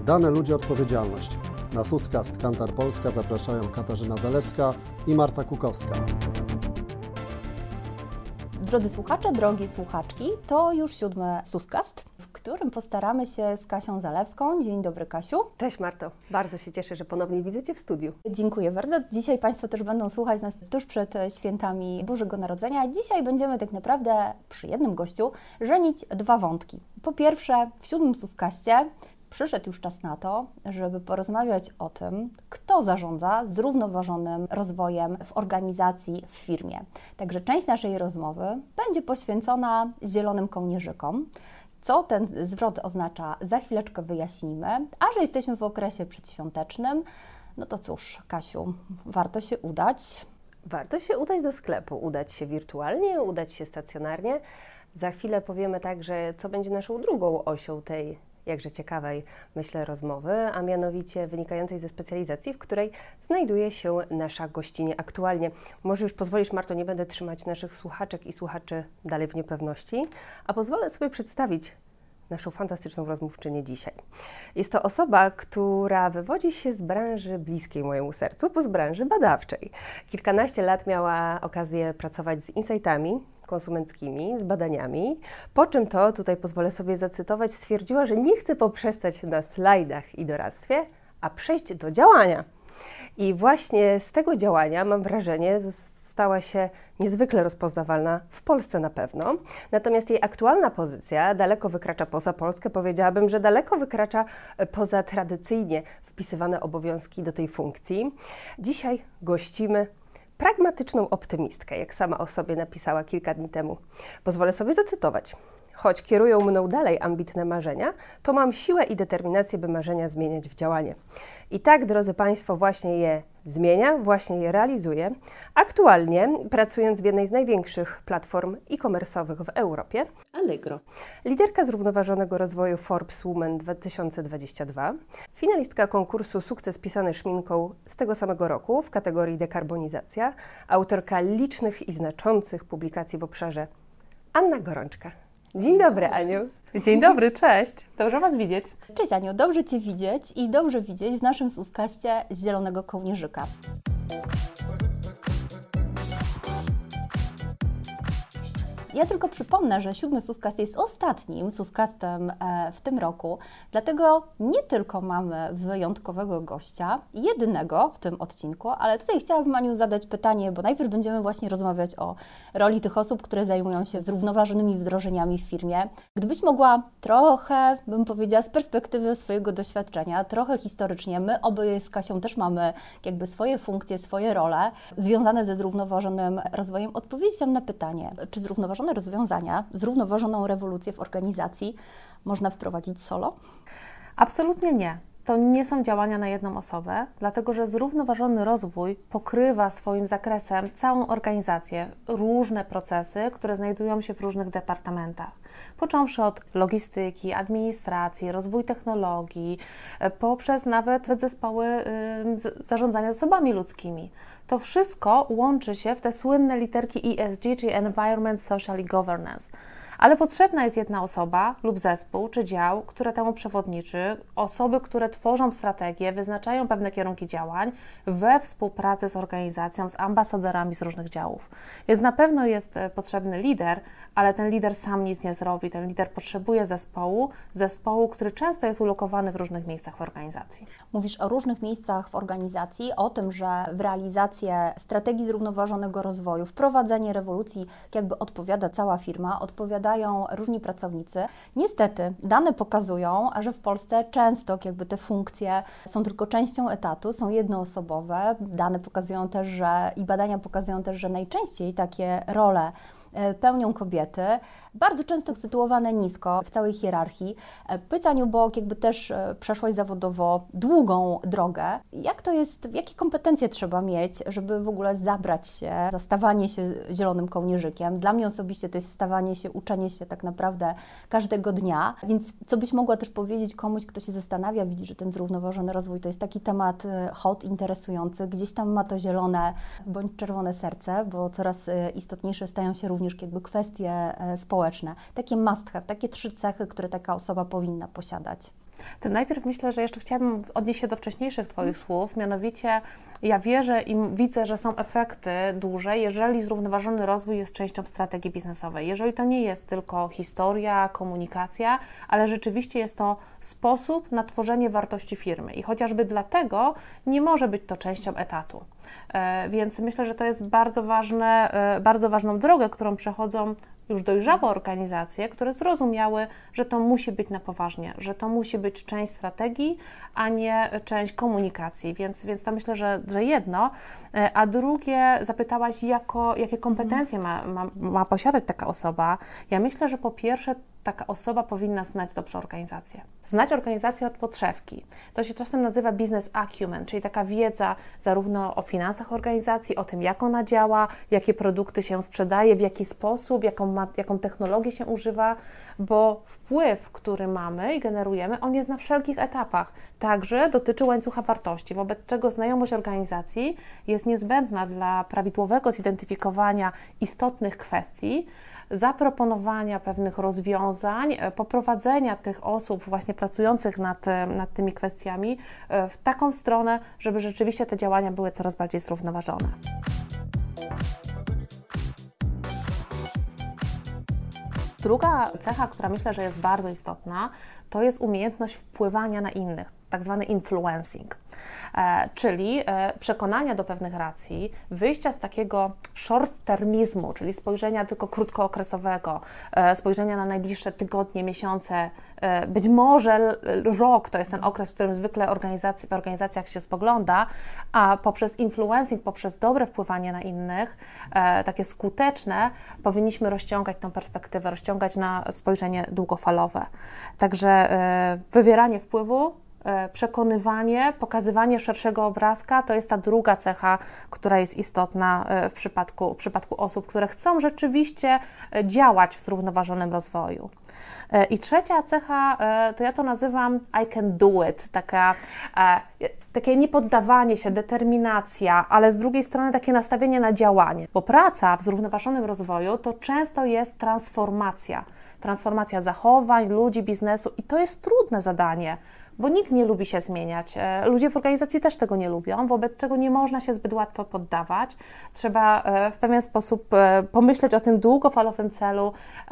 Dane, ludzie, odpowiedzialność. Na SUScast Kantar Polska zapraszają Katarzyna Zalewska i Marta Kukowska. Drodzy słuchacze, drogie słuchaczki, to już 7. SUScast, w którym postaramy się z Kasią Zalewską. Dzień dobry, Kasiu. Cześć Marto, bardzo się cieszę, że ponownie widzę Cię w studiu. Dziękuję bardzo. Dzisiaj Państwo też będą słuchać nas tuż przed świętami Bożego Narodzenia. Dzisiaj będziemy tak naprawdę przy jednym gościu żenić 2 wątki. Po pierwsze, w 7. SUScaście przyszedł już czas na to, żeby porozmawiać o tym, kto zarządza zrównoważonym rozwojem w organizacji, w firmie. Także część naszej rozmowy będzie poświęcona zielonym kołnierzykom. Co ten zwrot oznacza, za chwileczkę wyjaśnimy, a że jesteśmy w okresie przedświątecznym, no to cóż, Kasiu, warto się udać. Warto się udać do sklepu, udać się wirtualnie, udać się stacjonarnie. Za chwilę powiemy także, co będzie naszą drugą osią tej jakże ciekawej, myślę, rozmowy, a mianowicie wynikającej ze specjalizacji, w której znajduje się nasza gościnie aktualnie. Może już pozwolisz, Marto, nie będę trzymać naszych słuchaczek i słuchaczy dalej w niepewności, a pozwolę sobie przedstawić naszą fantastyczną rozmówczynię dzisiaj. Jest to osoba, która wywodzi się z branży bliskiej mojemu sercu, bo z branży badawczej. Kilkanaście lat miała okazję pracować z insightami konsumenckimi, z badaniami, po czym to, tutaj pozwolę sobie zacytować, stwierdziła, że nie chce poprzestać na slajdach i doradztwie, a przejść do działania. I właśnie z tego działania, mam wrażenie, stała się niezwykle rozpoznawalna w Polsce na pewno. Natomiast jej aktualna pozycja daleko wykracza poza Polskę. Powiedziałabym, że daleko wykracza poza tradycyjnie wpisywane obowiązki do tej funkcji. Dzisiaj gościmy pragmatyczną optymistkę, jak sama o sobie napisała kilka dni temu. Pozwolę sobie zacytować. Choć kierują mną dalej ambitne marzenia, to mam siłę i determinację, by marzenia zmieniać w działanie. I tak, drodzy Państwo, właśnie je zmienia, właśnie je realizuje. Aktualnie pracując w jednej z największych platform e-commerce'owych w Europie, Allegro. Liderka zrównoważonego rozwoju Forbes Women 2022, finalistka konkursu Sukces pisany szminką z tego samego roku w kategorii dekarbonizacja, autorka licznych i znaczących publikacji w obszarze. Anna Gorączka. Dzień dobry, Aniu. Dzień dobry, cześć. Dobrze Was widzieć. Cześć, Aniu. Dobrze Cię widzieć i dobrze widzieć w naszym SUScaście zielonego kołnierzyka. Ja tylko przypomnę, że 7. SUScast jest ostatnim SUScastem w tym roku, dlatego nie tylko mamy wyjątkowego gościa, jedynego w tym odcinku, ale tutaj chciałabym, Aniu, zadać pytanie, bo najpierw będziemy właśnie rozmawiać o roli tych osób, które zajmują się zrównoważonymi wdrożeniami w firmie. Gdybyś mogła trochę, bym powiedziała, z perspektywy swojego doświadczenia, trochę historycznie, my oboje z Kasią też mamy jakby swoje funkcje, swoje role związane ze zrównoważonym rozwojem, odpowiedzieć nam na pytanie, czy zrównoważone rozwiązania, zrównoważoną rewolucję w organizacji można wprowadzić solo? Absolutnie nie. To nie są działania na jedną osobę, dlatego że zrównoważony rozwój pokrywa swoim zakresem całą organizację, różne procesy, które znajdują się w różnych departamentach. Począwszy od logistyki, administracji, rozwój technologii, poprzez nawet zespoły zarządzania zasobami ludzkimi. To wszystko łączy się w te słynne literki ESG, czyli Environment, Social i Governance. Ale potrzebna jest jedna osoba lub zespół czy dział, które temu przewodniczy, osoby, które tworzą strategię, wyznaczają pewne kierunki działań we współpracy z organizacją, z ambasadorami z różnych działów. Więc na pewno jest potrzebny lider, ale ten lider sam nic nie zrobi. Ten lider potrzebuje zespołu, który często jest ulokowany w różnych miejscach w organizacji. Mówisz o różnych miejscach w organizacji, o tym, że w realizację strategii zrównoważonego rozwoju, wprowadzenie rewolucji jakby odpowiada cała firma, odpowiadają różni pracownicy. Niestety dane pokazują, że w Polsce często jakby te funkcje są tylko częścią etatu, są jednoosobowe. Dane pokazują też, i badania pokazują też, że najczęściej takie role pełnią kobiety, bardzo często sytuowane nisko w całej hierarchii. Pytaniu, bo jakby też przeszłaś zawodowo długą drogę. Jak to jest, jakie kompetencje trzeba mieć, żeby w ogóle zabrać się za stawanie się zielonym kołnierzykiem? Dla mnie osobiście to jest stawanie się, uczenie się tak naprawdę każdego dnia. Więc co byś mogła też powiedzieć komuś, kto się zastanawia, widzi, że ten zrównoważony rozwój to jest taki temat hot, interesujący, gdzieś tam ma to zielone bądź czerwone serce, bo coraz istotniejsze stają się również jakby kwestie społeczne. społeczne, takie must have, takie 3 cechy, które taka osoba powinna posiadać. To najpierw myślę, że jeszcze chciałabym odnieść się do wcześniejszych Twoich słów, mianowicie ja wierzę i widzę, że są efekty duże, jeżeli zrównoważony rozwój jest częścią strategii biznesowej. Jeżeli to nie jest tylko historia, komunikacja, ale rzeczywiście jest to sposób na tworzenie wartości firmy i chociażby dlatego nie może być to częścią etatu. Więc myślę, że to jest bardzo ważną drogę, którą przechodzą już dojrzałe organizacje, które zrozumiały, że to musi być na poważnie, że to musi być część strategii, a nie część komunikacji. Więc to myślę, że jedno. A drugie, zapytałaś, jakie kompetencje ma posiadać taka osoba. Ja myślę, że po pierwsze taka osoba powinna znać dobrze organizację. Znać organizację od podszewki. To się czasem nazywa business acumen, czyli taka wiedza zarówno o finansach organizacji, o tym, jak ona działa, jakie produkty się sprzedaje, w jaki sposób, jaką technologię się używa, bo wpływ, który mamy i generujemy, on jest na wszelkich etapach. Także dotyczy łańcucha wartości, wobec czego znajomość organizacji jest niezbędna dla prawidłowego zidentyfikowania istotnych kwestii, zaproponowania pewnych rozwiązań, poprowadzenia tych osób właśnie pracujących nad tymi kwestiami w taką stronę, żeby rzeczywiście te działania były coraz bardziej zrównoważone. Druga cecha, która myślę, że jest bardzo istotna, to jest umiejętność wpływania na innych, tak zwany influencing, czyli przekonania do pewnych racji, wyjścia z takiego short-termizmu, czyli spojrzenia tylko krótkookresowego, spojrzenia na najbliższe tygodnie, miesiące, być może rok to jest ten okres, w którym zwykle w organizacjach się spogląda, a poprzez influencing, poprzez dobre wpływanie na innych, takie skuteczne, powinniśmy rozciągać tą perspektywę, rozciągać na spojrzenie długofalowe. Także wywieranie wpływu, przekonywanie, pokazywanie szerszego obrazka to jest ta druga cecha, która jest istotna w przypadku osób, które chcą rzeczywiście działać w zrównoważonym rozwoju. I trzecia cecha, to ja to nazywam I can do it, takie niepoddawanie się, determinacja, ale z drugiej strony takie nastawienie na działanie, bo praca w zrównoważonym rozwoju to często jest transformacja zachowań, ludzi, biznesu i to jest trudne zadanie, bo nikt nie lubi się zmieniać. Ludzie w organizacji też tego nie lubią, wobec czego nie można się zbyt łatwo poddawać. Trzeba w pewien sposób pomyśleć o tym długofalowym celu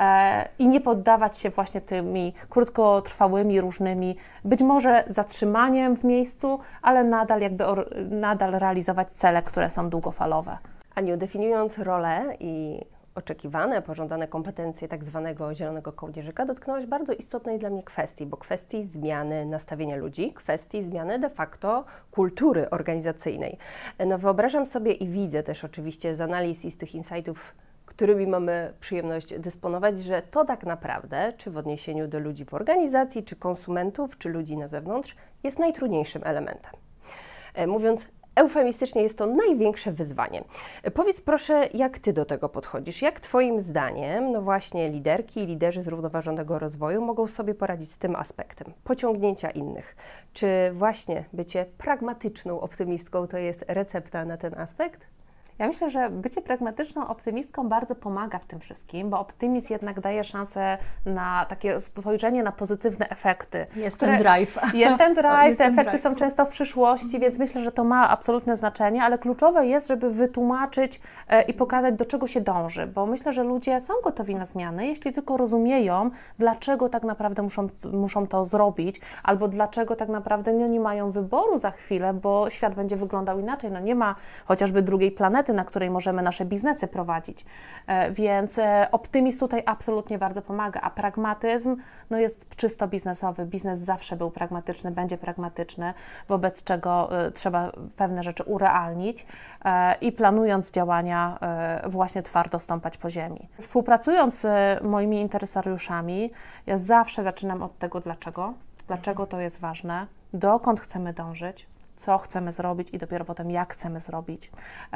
i nie poddawać się właśnie tymi krótkotrwałymi, różnymi, być może zatrzymaniem w miejscu, ale nadal realizować cele, które są długofalowe. Aniu, definiując rolę i oczekiwane, pożądane kompetencje tak zwanego zielonego kołnierzyka, dotknąłeś bardzo istotnej dla mnie kwestii, bo kwestii zmiany nastawienia ludzi, kwestii zmiany de facto kultury organizacyjnej. No wyobrażam sobie i widzę też oczywiście z analiz i z tych insightów, którymi mamy przyjemność dysponować, że to tak naprawdę, czy w odniesieniu do ludzi w organizacji, czy konsumentów, czy ludzi na zewnątrz, jest najtrudniejszym elementem. Mówiąc eufemistycznie, jest to największe wyzwanie. Powiedz proszę, jak Ty do tego podchodzisz? Jak Twoim zdaniem, no właśnie liderki i liderzy zrównoważonego rozwoju mogą sobie poradzić z tym aspektem pociągnięcia innych? Czy właśnie bycie pragmatyczną optymistką to jest recepta na ten aspekt? Ja myślę, że bycie pragmatyczną optymistką bardzo pomaga w tym wszystkim, bo optymizm jednak daje szansę na takie spojrzenie na pozytywne efekty. Jest ten drive. Te efekty są często w przyszłości, więc myślę, że to ma absolutne znaczenie, ale kluczowe jest, żeby wytłumaczyć i pokazać, do czego się dąży, bo myślę, że ludzie są gotowi na zmiany, jeśli tylko rozumieją, dlaczego tak naprawdę muszą to zrobić, albo dlaczego tak naprawdę nie mają wyboru za chwilę, bo świat będzie wyglądał inaczej. No nie ma chociażby drugiej planety, na której możemy nasze biznesy prowadzić. Więc optymizm tutaj absolutnie bardzo pomaga, a pragmatyzm jest czysto biznesowy. Biznes zawsze był pragmatyczny, będzie pragmatyczny, wobec czego trzeba pewne rzeczy urealnić i planując działania właśnie twardo stąpać po ziemi. Współpracując z moimi interesariuszami, ja zawsze zaczynam od tego dlaczego to jest ważne, dokąd chcemy dążyć, co chcemy zrobić i dopiero potem jak chcemy zrobić.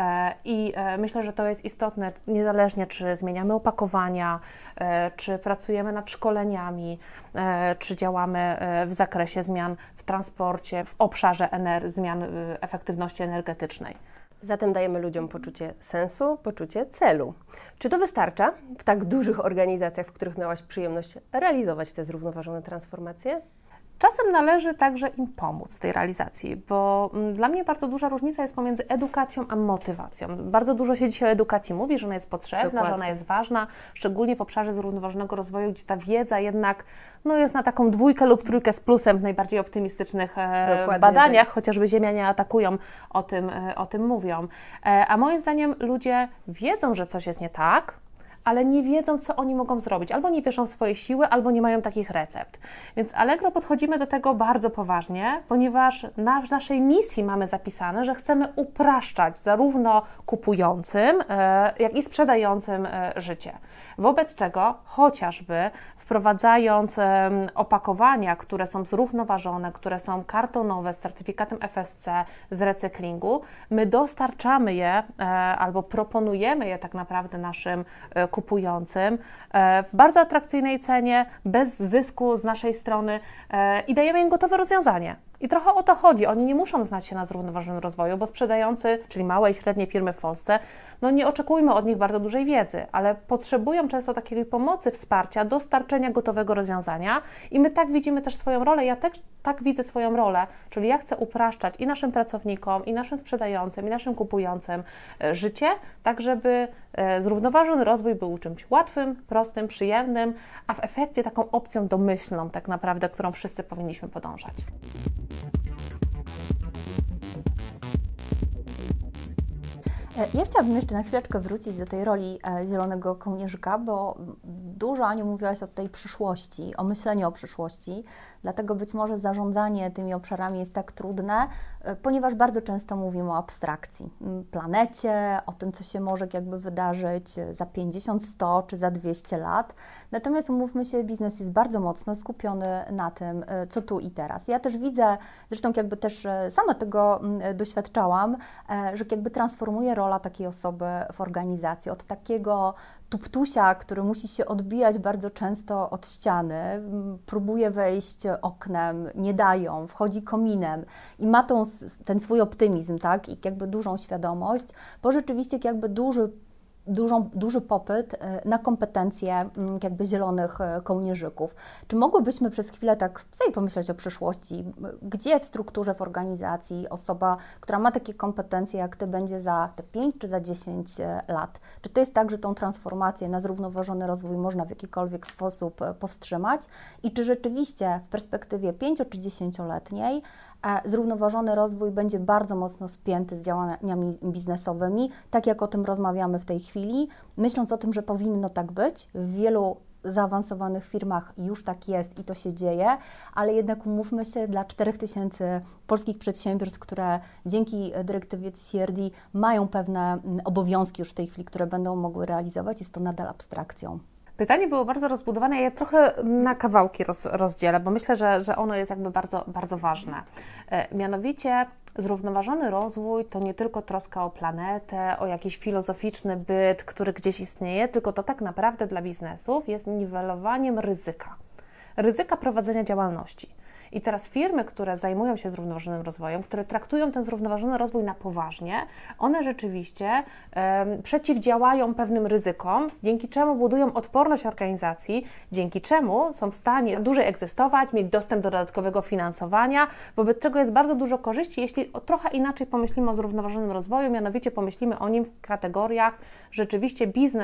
I myślę, że to jest istotne, niezależnie czy zmieniamy opakowania, czy pracujemy nad szkoleniami, czy działamy w zakresie zmian w transporcie, w obszarze zmian efektywności energetycznej. Zatem dajemy ludziom poczucie sensu, poczucie celu. Czy to wystarcza w tak dużych organizacjach, w których miałaś przyjemność realizować te zrównoważone transformacje? Czasem należy także im pomóc w tej realizacji, bo dla mnie bardzo duża różnica jest pomiędzy edukacją a motywacją. Bardzo dużo się dzisiaj o edukacji mówi, że ona jest potrzebna, Dokładnie. że ona jest ważna, szczególnie w obszarze zrównoważonego rozwoju, gdzie ta wiedza jednak jest na taką 2 lub 3 z plusem w najbardziej optymistycznych badaniach, tak. chociażby Ziemianie atakują, o tym mówią. A moim zdaniem ludzie wiedzą, że coś jest nie tak, ale nie wiedzą, co oni mogą zrobić. Albo nie wierzą w swoje siły, albo nie mają takich recept. Więc Allegro podchodzimy do tego bardzo poważnie, ponieważ w naszej misji mamy zapisane, że chcemy upraszczać zarówno kupującym, jak i sprzedającym życie. Wobec czego chociażby wprowadzając opakowania, które są zrównoważone, które są kartonowe z certyfikatem FSC z recyklingu, my dostarczamy je albo proponujemy je tak naprawdę naszym kupującym w bardzo atrakcyjnej cenie, bez zysku z naszej strony i dajemy im gotowe rozwiązanie. I trochę o to chodzi. Oni nie muszą znać się na zrównoważonym rozwoju, bo sprzedający, czyli małe i średnie firmy w Polsce, nie oczekujmy od nich bardzo dużej wiedzy, ale potrzebują często takiej pomocy, wsparcia, dostarczenia gotowego rozwiązania i my tak widzimy też swoją rolę. Ja też tak widzę swoją rolę, czyli ja chcę upraszczać i naszym pracownikom, i naszym sprzedającym, i naszym kupującym życie, tak żeby zrównoważony rozwój był czymś łatwym, prostym, przyjemnym, a w efekcie taką opcją domyślną tak naprawdę, którą wszyscy powinniśmy podążać. Ja chciałabym jeszcze na chwileczkę wrócić do tej roli zielonego kołnierzyka, bo dużo, Aniu, mówiłaś o tej przyszłości, o myśleniu o przyszłości, dlatego być może zarządzanie tymi obszarami jest tak trudne, ponieważ bardzo często mówimy o abstrakcji, planecie, o tym, co się może jakby wydarzyć za 50, 100 czy za 200 lat. Natomiast umówmy się, biznes jest bardzo mocno skupiony na tym, co tu i teraz. Ja też widzę, zresztą jakby też sama tego doświadczałam, że jakby transformuje rola takiej osoby w organizacji od takiego tuptusia, który musi się odbijać bardzo często od ściany, próbuje wejść oknem, nie dają, wchodzi kominem i ma ten swój optymizm, tak, i jakby dużą świadomość, bo rzeczywiście jakby duży popyt na kompetencje jakby zielonych kołnierzyków. Czy mogłybyśmy przez chwilę tak sobie pomyśleć o przyszłości, gdzie w strukturze, w organizacji osoba, która ma takie kompetencje jak Ty, będzie za te 5 czy za 10 lat? Czy to jest tak, że tą transformację na zrównoważony rozwój można w jakikolwiek sposób powstrzymać? I czy rzeczywiście w perspektywie 5 czy 10-letniej zrównoważony rozwój będzie bardzo mocno spięty z działaniami biznesowymi, tak jak o tym rozmawiamy w tej chwili, myśląc o tym, że powinno tak być. W wielu zaawansowanych firmach już tak jest i to się dzieje, ale jednak umówmy się, dla 4000 polskich przedsiębiorstw, które dzięki dyrektywie CSRD mają pewne obowiązki już w tej chwili, które będą mogły realizować, jest to nadal abstrakcją. Pytanie było bardzo rozbudowane, ja je trochę na kawałki rozdzielę, bo myślę, że ono jest jakby bardzo, bardzo ważne. Mianowicie zrównoważony rozwój to nie tylko troska o planetę, o jakiś filozoficzny byt, który gdzieś istnieje, tylko to tak naprawdę dla biznesów jest niwelowaniem ryzyka prowadzenia działalności. I teraz firmy, które zajmują się zrównoważonym rozwojem, które traktują ten zrównoważony rozwój na poważnie, one rzeczywiście przeciwdziałają pewnym ryzykom, dzięki czemu budują odporność organizacji, dzięki czemu są w stanie dłużej egzystować, mieć dostęp do dodatkowego finansowania, wobec czego jest bardzo dużo korzyści, jeśli trochę inaczej pomyślimy o zrównoważonym rozwoju, mianowicie pomyślimy o nim w kategoriach rzeczywiście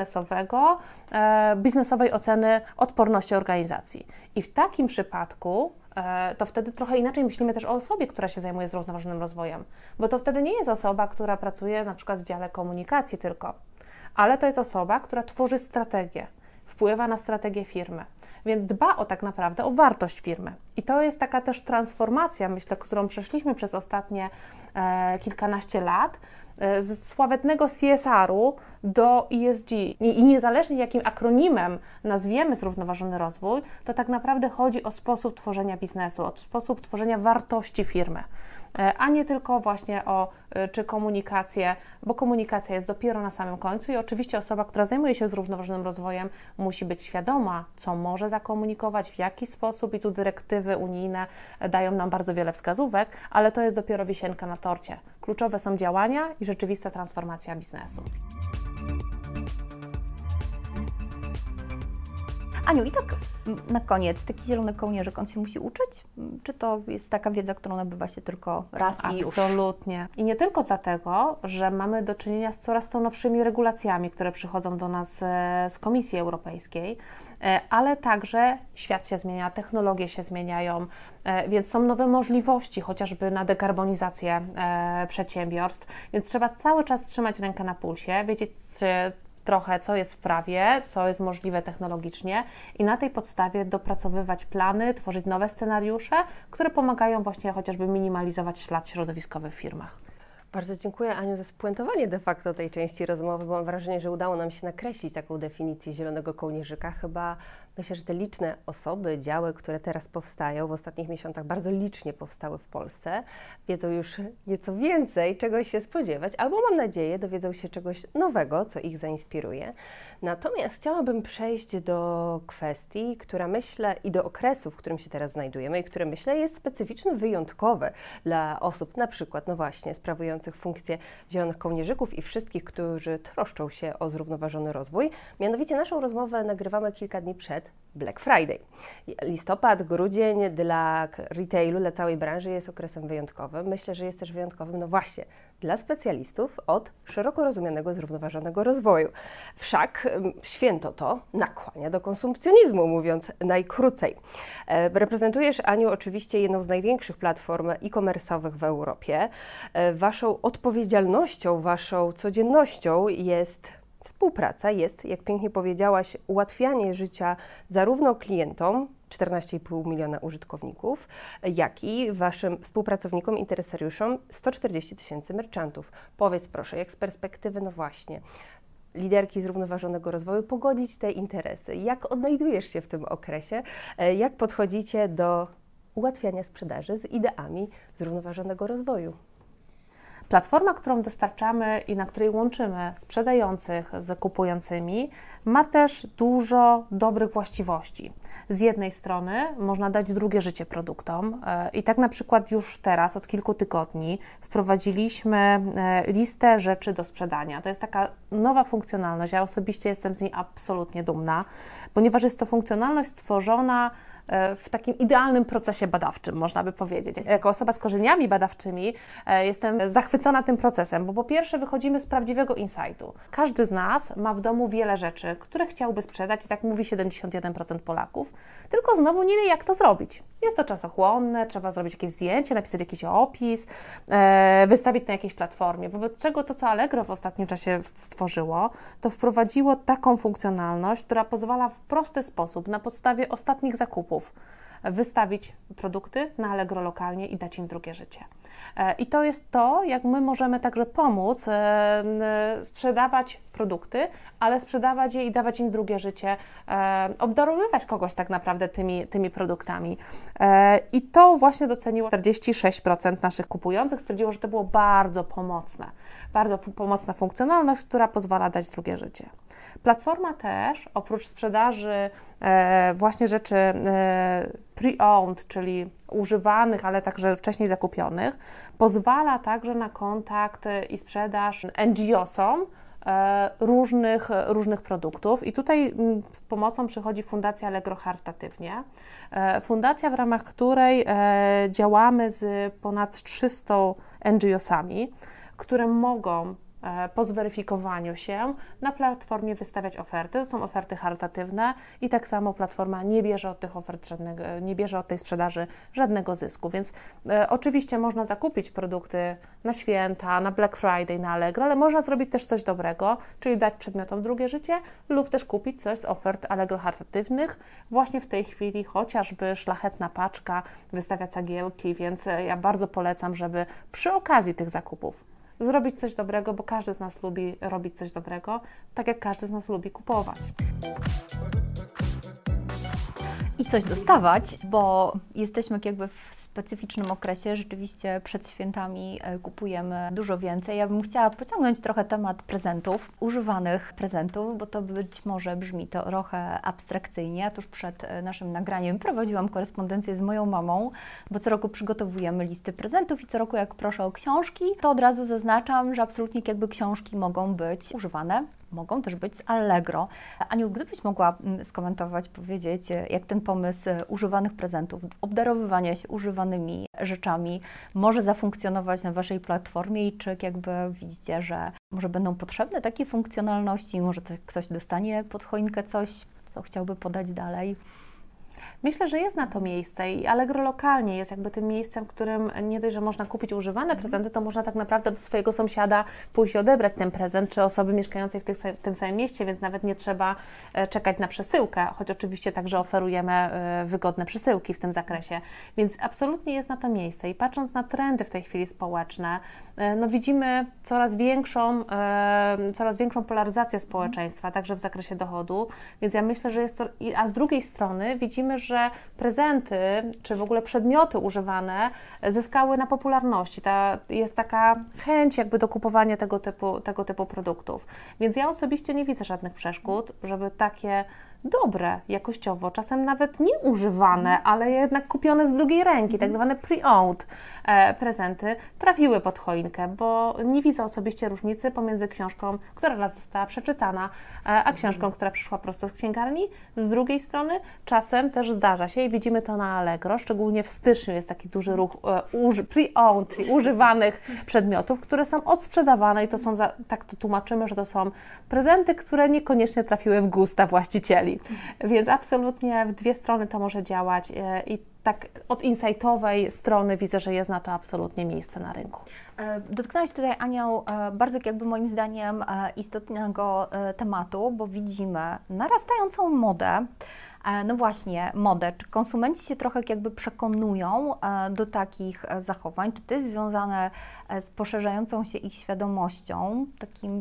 biznesowej oceny odporności organizacji. I w takim przypadku to wtedy trochę inaczej myślimy też o osobie, która się zajmuje zrównoważonym rozwojem, bo to wtedy nie jest osoba, która pracuje na przykład w dziale komunikacji tylko, ale to jest osoba, która tworzy strategię, wpływa na strategię firmy, więc dba tak naprawdę o wartość firmy. I to jest taka też transformacja, myślę, którą przeszliśmy przez ostatnie kilkanaście lat, z sławetnego CSR-u do ESG. I niezależnie jakim akronimem nazwiemy zrównoważony rozwój, to tak naprawdę chodzi o sposób tworzenia biznesu, o sposób tworzenia wartości firmy, a nie tylko właśnie czy komunikację, bo komunikacja jest dopiero na samym końcu i oczywiście osoba, która zajmuje się zrównoważonym rozwojem, musi być świadoma, co może zakomunikować, w jaki sposób i tu dyrektywy unijne dają nam bardzo wiele wskazówek, ale to jest dopiero wisienka na torcie. Kluczowe są działania i rzeczywista transformacja biznesu. Aniu, i tak na koniec, taki zielony kołnierzyk, on się musi uczyć? Czy to jest taka wiedza, którą nabywa się tylko raz i już? Absolutnie. I nie tylko dlatego, że mamy do czynienia z coraz to nowszymi regulacjami, które przychodzą do nas z Komisji Europejskiej, ale także świat się zmienia, technologie się zmieniają, więc są nowe możliwości, chociażby na dekarbonizację przedsiębiorstw, więc trzeba cały czas trzymać rękę na pulsie, wiedzieć trochę, co jest w prawie, co jest możliwe technologicznie i na tej podstawie dopracowywać plany, tworzyć nowe scenariusze, które pomagają właśnie chociażby minimalizować ślad środowiskowy w firmach. Bardzo dziękuję, Aniu, za spuentowanie de facto tej części rozmowy, bo mam wrażenie, że udało nam się nakreślić taką definicję zielonego kołnierzyka. Chyba myślę, że te liczne osoby, działy, które teraz powstają, w ostatnich miesiącach bardzo licznie powstały w Polsce, wiedzą już nieco więcej, czego się spodziewać, albo mam nadzieję, dowiedzą się czegoś nowego, co ich zainspiruje. Natomiast chciałabym przejść do kwestii, która myślę i do okresu, w którym się teraz znajdujemy i które myślę jest specyficzny, wyjątkowy dla osób na przykład, no właśnie, sprawujących funkcję zielonych kołnierzyków i wszystkich, którzy troszczą się o zrównoważony rozwój. Mianowicie naszą rozmowę nagrywamy kilka dni przed Black Friday. Listopad, grudzień dla retailu, dla całej branży jest okresem wyjątkowym. Myślę, że jest też wyjątkowym, no właśnie, dla specjalistów od szeroko rozumianego zrównoważonego rozwoju. Wszak święto to nakłania do konsumpcjonizmu, mówiąc najkrócej. Reprezentujesz, Aniu, oczywiście jedną z największych platform e-commerce'owych w Europie. Waszą odpowiedzialnością, waszą codziennością jest współpraca, jest, jak pięknie powiedziałaś, ułatwianie życia zarówno klientom, 14,5 miliona użytkowników, jak i waszym współpracownikom, interesariuszom 140 000 merchantów. Powiedz proszę, jak z perspektywy, no właśnie, liderki zrównoważonego rozwoju, pogodzić te interesy? Jak odnajdujesz się w tym okresie? Jak podchodzicie do ułatwiania sprzedaży z ideami zrównoważonego rozwoju? Platforma, którą dostarczamy i na której łączymy sprzedających z kupującymi, ma też dużo dobrych właściwości. Z jednej strony można dać drugie życie produktom i tak na przykład już teraz, od kilku tygodni, wprowadziliśmy listę rzeczy do sprzedania. To jest taka nowa funkcjonalność. Ja osobiście jestem z niej absolutnie dumna, ponieważ jest to funkcjonalność stworzona w takim idealnym procesie badawczym, można by powiedzieć. Jako osoba z korzeniami badawczymi jestem zachwycona tym procesem, bo po pierwsze wychodzimy z prawdziwego insightu. Każdy z nas ma w domu wiele rzeczy, które chciałby sprzedać i tak mówi 71% Polaków, tylko znowu nie wie, jak to zrobić. Jest to czasochłonne, trzeba zrobić jakieś zdjęcie, napisać jakiś opis, wystawić na jakiejś platformie. Wobec czego to, co Allegro w ostatnim czasie stworzyło, to wprowadziło taką funkcjonalność, która pozwala w prosty sposób, na podstawie ostatnich zakupów, wystawić produkty na Allegro lokalnie i dać im drugie życie. I to jest to, jak my możemy także pomóc sprzedawać produkty, ale sprzedawać je i dawać im drugie życie, obdarowywać kogoś tak naprawdę tymi produktami. I to właśnie doceniło 46% naszych kupujących, stwierdziło, że to było bardzo pomocna funkcjonalność, która pozwala dać drugie życie. Platforma też, oprócz sprzedaży właśnie rzeczy pre-owned, czyli używanych, ale także wcześniej zakupionych, pozwala także na kontakt i sprzedaż NGO-som różnych produktów. I tutaj z pomocą przychodzi Fundacja Allegro charytatywnie. Fundacja, w ramach której działamy z ponad 300 NGO-sami, które mogą po zweryfikowaniu się na platformie wystawiać oferty. To są oferty charytatywne i tak samo platforma nie bierze od tych ofert nie bierze od tej sprzedaży żadnego zysku. Więc oczywiście można zakupić produkty na święta, na Black Friday, na Allegro, ale można zrobić też coś dobrego, czyli dać przedmiotom drugie życie lub też kupić coś z ofert Allegro charytatywnych. Właśnie w tej chwili chociażby Szlachetna Paczka wystawia cegiełki, więc ja bardzo polecam, żeby przy okazji tych zakupów zrobić coś dobrego, bo każdy z nas lubi robić coś dobrego, tak jak każdy z nas lubi kupować. i coś dostawać, bo jesteśmy jakby w specyficznym okresie, rzeczywiście przed świętami kupujemy dużo więcej. Ja bym chciała pociągnąć trochę temat prezentów, używanych prezentów, bo to być może brzmi to trochę abstrakcyjnie. Tuż przed naszym nagraniem prowadziłam korespondencję z moją mamą, bo co roku przygotowujemy listy prezentów i co roku jak proszę o książki, to od razu zaznaczam, że absolutnie jakby książki mogą być używane. Mogą też być z Allegro. Aniu, gdybyś mogła skomentować, powiedzieć, jak ten pomysł używanych prezentów, obdarowywania się używanymi rzeczami może zafunkcjonować na Waszej platformie i czy jakby widzicie, że może będą potrzebne takie funkcjonalności, może ktoś dostanie pod choinkę coś, co chciałby podać dalej? Myślę, że jest na to miejsce i Allegro lokalnie jest jakby tym miejscem, w którym nie dość, że można kupić używane prezenty, to można tak naprawdę do swojego sąsiada pójść i odebrać ten prezent, czy osoby mieszkającej w tym samym mieście, więc nawet nie trzeba czekać na przesyłkę, choć oczywiście także oferujemy wygodne przesyłki w tym zakresie, więc absolutnie jest na to miejsce i patrząc na trendy w tej chwili społeczne, no widzimy coraz większą polaryzację społeczeństwa, także w zakresie dochodu, więc ja myślę, że jest to, a z drugiej strony widzimy, że prezenty, czy w ogóle przedmioty używane zyskały na popularności. Jest taka chęć jakby do kupowania tego typu produktów. Więc ja osobiście nie widzę żadnych przeszkód, żeby takie dobre jakościowo, czasem nawet nieużywane, ale jednak kupione z drugiej ręki, tak zwane pre-owned prezenty, trafiły pod choinkę, bo nie widzę osobiście różnicy pomiędzy książką, która raz została przeczytana, a książką, która przyszła prosto z księgarni. Z drugiej strony czasem też zdarza się i widzimy to na Allegro, szczególnie w styczniu jest taki duży ruch pre-owned, czyli używanych przedmiotów, które są odsprzedawane i to są, tak to tłumaczymy, że to są prezenty, które niekoniecznie trafiły w gusta właścicieli. Więc absolutnie w dwie strony to może działać i tak od insightowej strony widzę, że jest na to absolutnie miejsce na rynku. Dotknęłaś tutaj, Anią, bardzo jakby moim zdaniem istotnego tematu, bo widzimy narastającą modę. No właśnie, modę. Czy konsumenci się trochę jakby przekonują do takich zachowań? Czy to jest związane z poszerzającą się ich świadomością, takim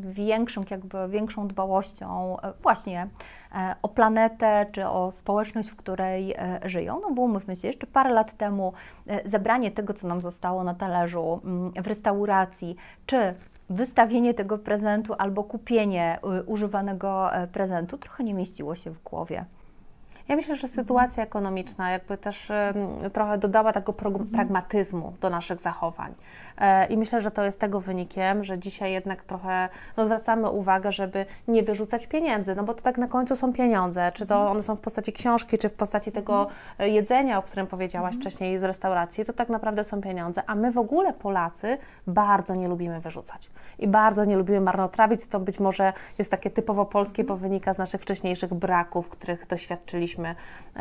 większą dbałością właśnie o planetę, czy o społeczność, w której żyją? No bo umówmy się, jeszcze parę lat temu zabranie tego, co nam zostało na talerzu w restauracji, czy wystawienie tego prezentu albo kupienie używanego prezentu trochę nie mieściło się w głowie. Ja myślę, że sytuacja ekonomiczna jakby też trochę dodała tego pragmatyzmu do naszych zachowań. I myślę, że to jest tego wynikiem, że dzisiaj jednak trochę zwracamy uwagę, żeby nie wyrzucać pieniędzy, no bo to tak na końcu są pieniądze, czy to one są w postaci książki, czy w postaci tego jedzenia, o którym powiedziałaś wcześniej z restauracji, to tak naprawdę są pieniądze, a my w ogóle Polacy bardzo nie lubimy wyrzucać i bardzo nie lubimy marnotrawić, to być może jest takie typowo polskie, bo wynika z naszych wcześniejszych braków, których doświadczyliśmy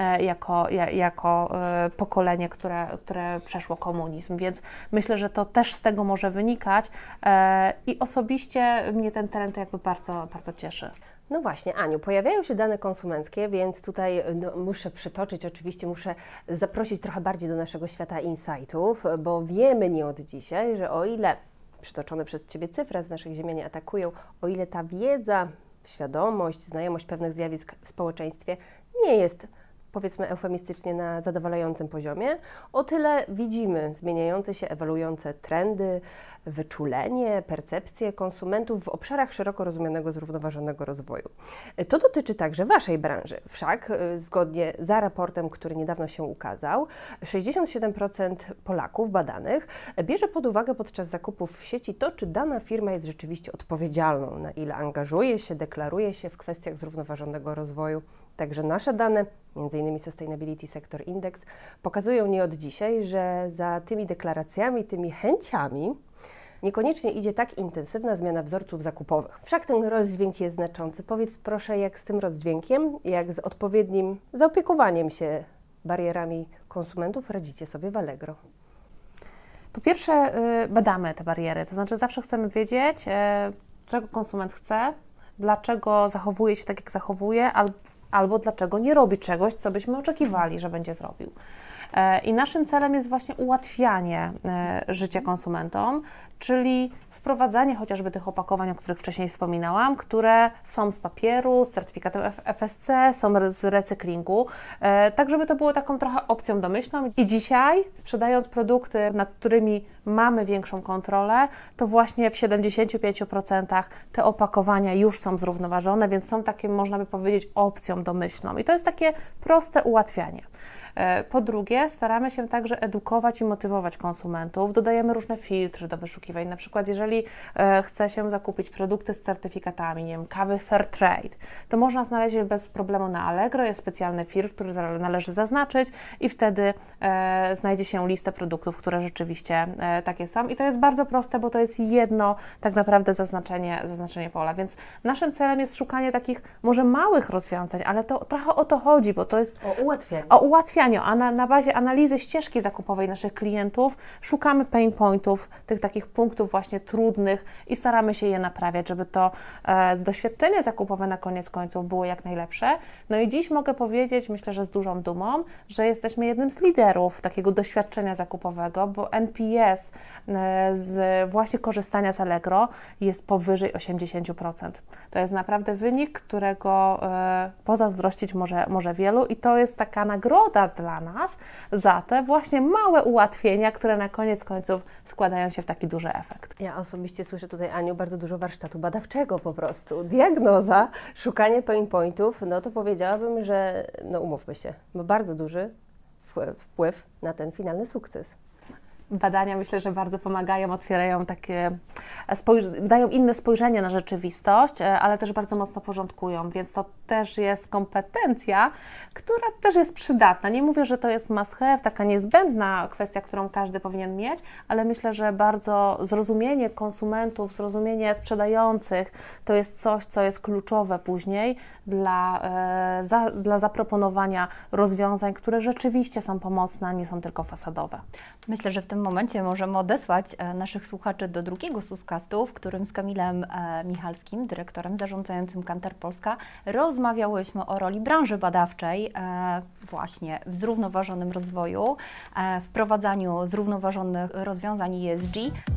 jako pokolenie, które przeszło komunizm, więc myślę, że to też z tego może wynikać i osobiście mnie ten trend jakby bardzo, bardzo cieszy. No właśnie, Aniu, pojawiają się dane konsumenckie, więc tutaj muszę przytoczyć, oczywiście muszę zaprosić trochę bardziej do naszego świata insightów, bo wiemy nie od dzisiaj, że o ile przytoczone przez Ciebie cyfry z naszych Ziemianie atakują, o ile ta wiedza, świadomość, znajomość pewnych zjawisk w społeczeństwie nie jest, powiedzmy eufemistycznie, na zadowalającym poziomie, o tyle widzimy zmieniające się, ewoluujące trendy, wyczulenie, percepcje konsumentów w obszarach szeroko rozumianego zrównoważonego rozwoju. To dotyczy także Waszej branży. Wszak, zgodnie z raportem, który niedawno się ukazał, 67% Polaków badanych bierze pod uwagę podczas zakupów w sieci to, czy dana firma jest rzeczywiście odpowiedzialną, na ile angażuje się, deklaruje się w kwestiach zrównoważonego rozwoju. Także nasze dane, m.in. Sustainability Sector Index, pokazują nie od dzisiaj, że za tymi deklaracjami, tymi chęciami niekoniecznie idzie tak intensywna zmiana wzorców zakupowych. Wszak ten rozdźwięk jest znaczący. Powiedz proszę, jak z tym rozdźwiękiem, jak z odpowiednim zaopiekowaniem się barierami konsumentów radzicie sobie w Allegro? Po pierwsze badamy te bariery, to znaczy zawsze chcemy wiedzieć, czego konsument chce, dlaczego zachowuje się tak, jak zachowuje, albo dlaczego nie robi czegoś, co byśmy oczekiwali, że będzie zrobił. I naszym celem jest właśnie ułatwianie życia konsumentom, czyli wprowadzanie chociażby tych opakowań, o których wcześniej wspominałam, które są z papieru, z certyfikatem FSC, są z recyklingu, tak żeby to było taką trochę opcją domyślną. I dzisiaj, sprzedając produkty, nad którymi mamy większą kontrolę, to właśnie w 75% te opakowania już są zrównoważone, więc są takie, można by powiedzieć, opcją domyślną. I to jest takie proste ułatwianie. Po drugie, staramy się także edukować i motywować konsumentów. Dodajemy różne filtry do wyszukiwań. Na przykład, jeżeli chce się zakupić produkty z certyfikatami, nie wiem, kawy Fairtrade, to można znaleźć je bez problemu na Allegro. Jest specjalny filtr, który należy zaznaczyć i wtedy znajdzie się listę produktów, które rzeczywiście takie są. I to jest bardzo proste, bo to jest jedno tak naprawdę zaznaczenie pola. Więc naszym celem jest szukanie takich może małych rozwiązań, ale to trochę o to chodzi, bo to jest o ułatwianie. A na bazie analizy ścieżki zakupowej naszych klientów szukamy pain pointów, tych takich punktów właśnie trudnych i staramy się je naprawiać, żeby to doświadczenie zakupowe na koniec końców było jak najlepsze. No i dziś mogę powiedzieć, myślę, że z dużą dumą, że jesteśmy jednym z liderów takiego doświadczenia zakupowego, bo NPS z właśnie korzystania z Allegro jest powyżej 80%. To jest naprawdę wynik, którego pozazdrościć może wielu i to jest taka nagroda dla nas za te właśnie małe ułatwienia, które na koniec końców składają się w taki duży efekt. Ja osobiście słyszę tutaj, Aniu, bardzo dużo warsztatu badawczego po prostu. Diagnoza, szukanie pain pointów, no to powiedziałabym, że, no umówmy się, ma bardzo duży wpływ na ten finalny sukces. Badania myślę, że bardzo pomagają, otwierają takie, dają inne spojrzenie na rzeczywistość, ale też bardzo mocno porządkują, więc to też jest kompetencja, która też jest przydatna. Nie mówię, że to jest must have, taka niezbędna kwestia, którą każdy powinien mieć, ale myślę, że bardzo zrozumienie konsumentów, zrozumienie sprzedających to jest coś, co jest kluczowe później dla zaproponowania rozwiązań, które rzeczywiście są pomocne, a nie są tylko fasadowe. Myślę, że w tym momencie możemy odesłać naszych słuchaczy do drugiego Suscastu, w którym z Kamilem Michalskim, dyrektorem zarządzającym Kantar Polska, rozmawiałyśmy o roli branży badawczej właśnie w zrównoważonym rozwoju, wprowadzaniu zrównoważonych rozwiązań ESG.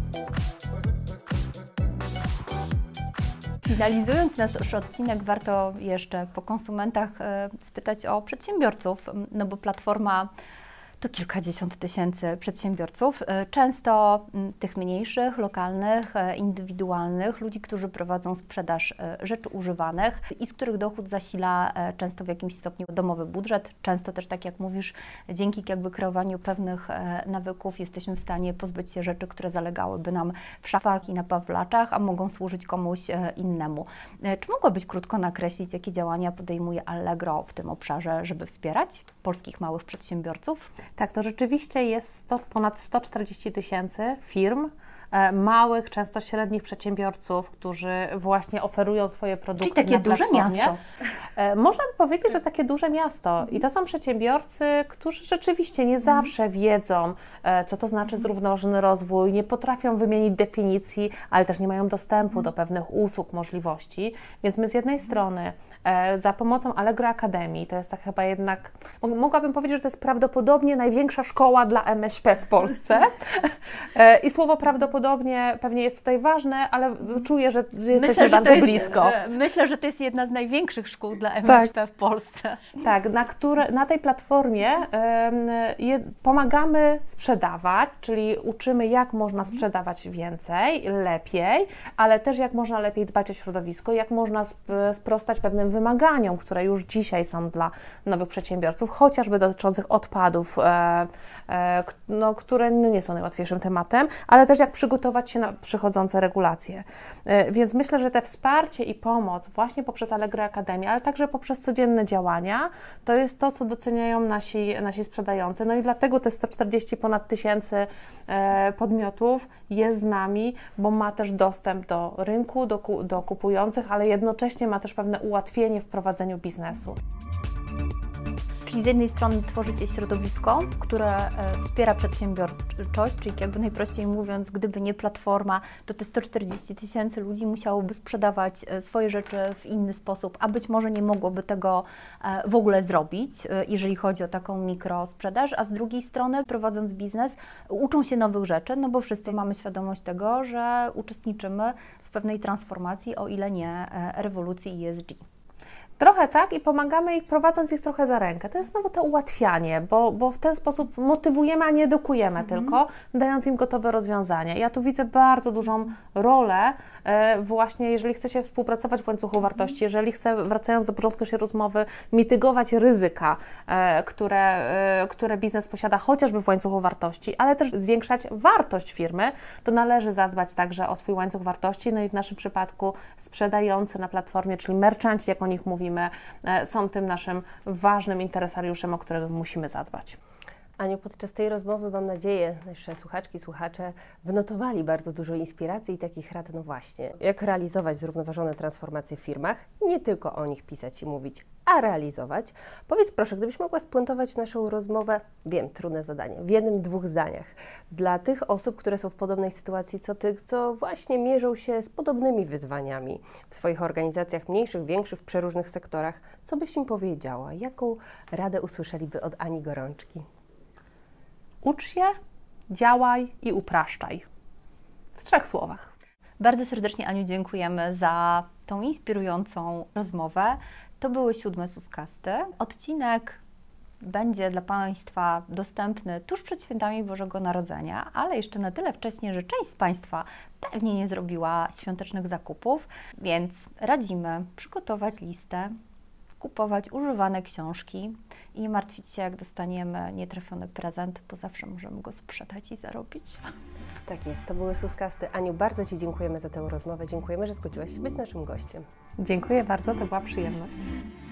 Finalizując nasz odcinek, warto jeszcze po konsumentach spytać o przedsiębiorców, no bo platforma to kilkadziesiąt tysięcy przedsiębiorców, często tych mniejszych, lokalnych, indywidualnych, ludzi, którzy prowadzą sprzedaż rzeczy używanych i z których dochód zasila często w jakimś stopniu domowy budżet. Często też, tak jak mówisz, dzięki jakby kreowaniu pewnych nawyków jesteśmy w stanie pozbyć się rzeczy, które zalegałyby nam w szafach i na pawlaczach, a mogą służyć komuś innemu. Czy mogłabyś krótko nakreślić, jakie działania podejmuje Allegro w tym obszarze, żeby wspierać polskich małych przedsiębiorców? Tak, to rzeczywiście jest ponad 140 tysięcy firm, małych, często średnich przedsiębiorców, którzy właśnie oferują swoje produkty. Czyli takie duże miasto. Można by powiedzieć, że takie duże miasto. I to są przedsiębiorcy, którzy rzeczywiście nie zawsze wiedzą, co to znaczy zrównoważony rozwój, nie potrafią wymienić definicji, ale też nie mają dostępu do pewnych usług, możliwości. Więc my z jednej strony za pomocą Allegro Akademii, to jest tak chyba jednak, mogłabym powiedzieć, że to jest prawdopodobnie największa szkoła dla MŚP w Polsce. I słowo prawdopodobnie pewnie jest tutaj ważne, ale czuję, że jesteśmy bardzo blisko. Myślę, że to jest jedna z największych szkół dla MŚP w Polsce. Tak, na tej platformie pomagamy sprzedawać, czyli uczymy, jak można sprzedawać więcej, lepiej, ale też jak można lepiej dbać o środowisko, jak można sprostać pewnym wymaganiom, które już dzisiaj są dla nowych przedsiębiorców, chociażby dotyczących odpadów, które nie są najłatwiejszym tematem, ale też jak przygotować się na przychodzące regulacje. Więc myślę, że te wsparcie i pomoc właśnie poprzez Allegro Akademię, ale także poprzez codzienne działania, to jest to, co doceniają nasi sprzedający. No i dlatego te 140 ponad tysięcy podmiotów jest z nami, bo ma też dostęp do rynku, do kupujących, ale jednocześnie ma też pewne ułatwienie w prowadzeniu biznesu. Czyli z jednej strony tworzycie środowisko, które wspiera przedsiębiorczość, czyli jakby najprościej mówiąc, gdyby nie platforma, to te 140 000 ludzi musiałoby sprzedawać swoje rzeczy w inny sposób, a być może nie mogłoby tego w ogóle zrobić, jeżeli chodzi o taką mikrosprzedaż, a z drugiej strony prowadząc biznes uczą się nowych rzeczy, no bo wszyscy mamy świadomość tego, że uczestniczymy w pewnej transformacji, o ile nie rewolucji ESG. Trochę tak i pomagamy ich, prowadząc ich trochę za rękę. To jest znowu to ułatwianie, bo w ten sposób motywujemy, a nie edukujemy tylko, dając im gotowe rozwiązania. Ja tu widzę bardzo dużą rolę właśnie, jeżeli chce się współpracować w łańcuchu wartości, jeżeli chce, wracając do początku naszej rozmowy, mitygować ryzyka, które biznes posiada chociażby w łańcuchu wartości, ale też zwiększać wartość firmy, to należy zadbać także o swój łańcuch wartości, no i w naszym przypadku sprzedający na platformie, czyli merchanci, jak o nich mówimy, są tym naszym ważnym interesariuszem, o którego musimy zadbać. Aniu, podczas tej rozmowy, mam nadzieję, nasze słuchaczki, słuchacze wynotowali bardzo dużo inspiracji i takich rad, no właśnie, jak realizować zrównoważone transformacje w firmach, nie tylko o nich pisać i mówić, a realizować. Powiedz proszę, gdybyś mogła spuentować naszą rozmowę, wiem, trudne zadanie, w 1-2 zdaniach, dla tych osób, które są w podobnej sytuacji co Ty, co właśnie mierzą się z podobnymi wyzwaniami w swoich organizacjach mniejszych, większych, w przeróżnych sektorach, co byś im powiedziała? Jaką radę usłyszeliby od Ani Gorączki? Ucz się, działaj i upraszczaj. W 3 słowach. Bardzo serdecznie, Aniu, dziękujemy za tą inspirującą rozmowę. To były 7 Suskasty. Odcinek będzie dla Państwa dostępny tuż przed świętami Bożego Narodzenia, ale jeszcze na tyle wcześnie, że część z Państwa pewnie nie zrobiła świątecznych zakupów, więc radzimy przygotować listę, kupować używane książki i nie martwić się, jak dostaniemy nietrafiony prezent, bo zawsze możemy go sprzedać i zarobić. Tak jest, to były Suskasty. Aniu, bardzo Ci dziękujemy za tę rozmowę. Dziękujemy, że zgodziłaś się być naszym gościem. Dziękuję bardzo, to była przyjemność.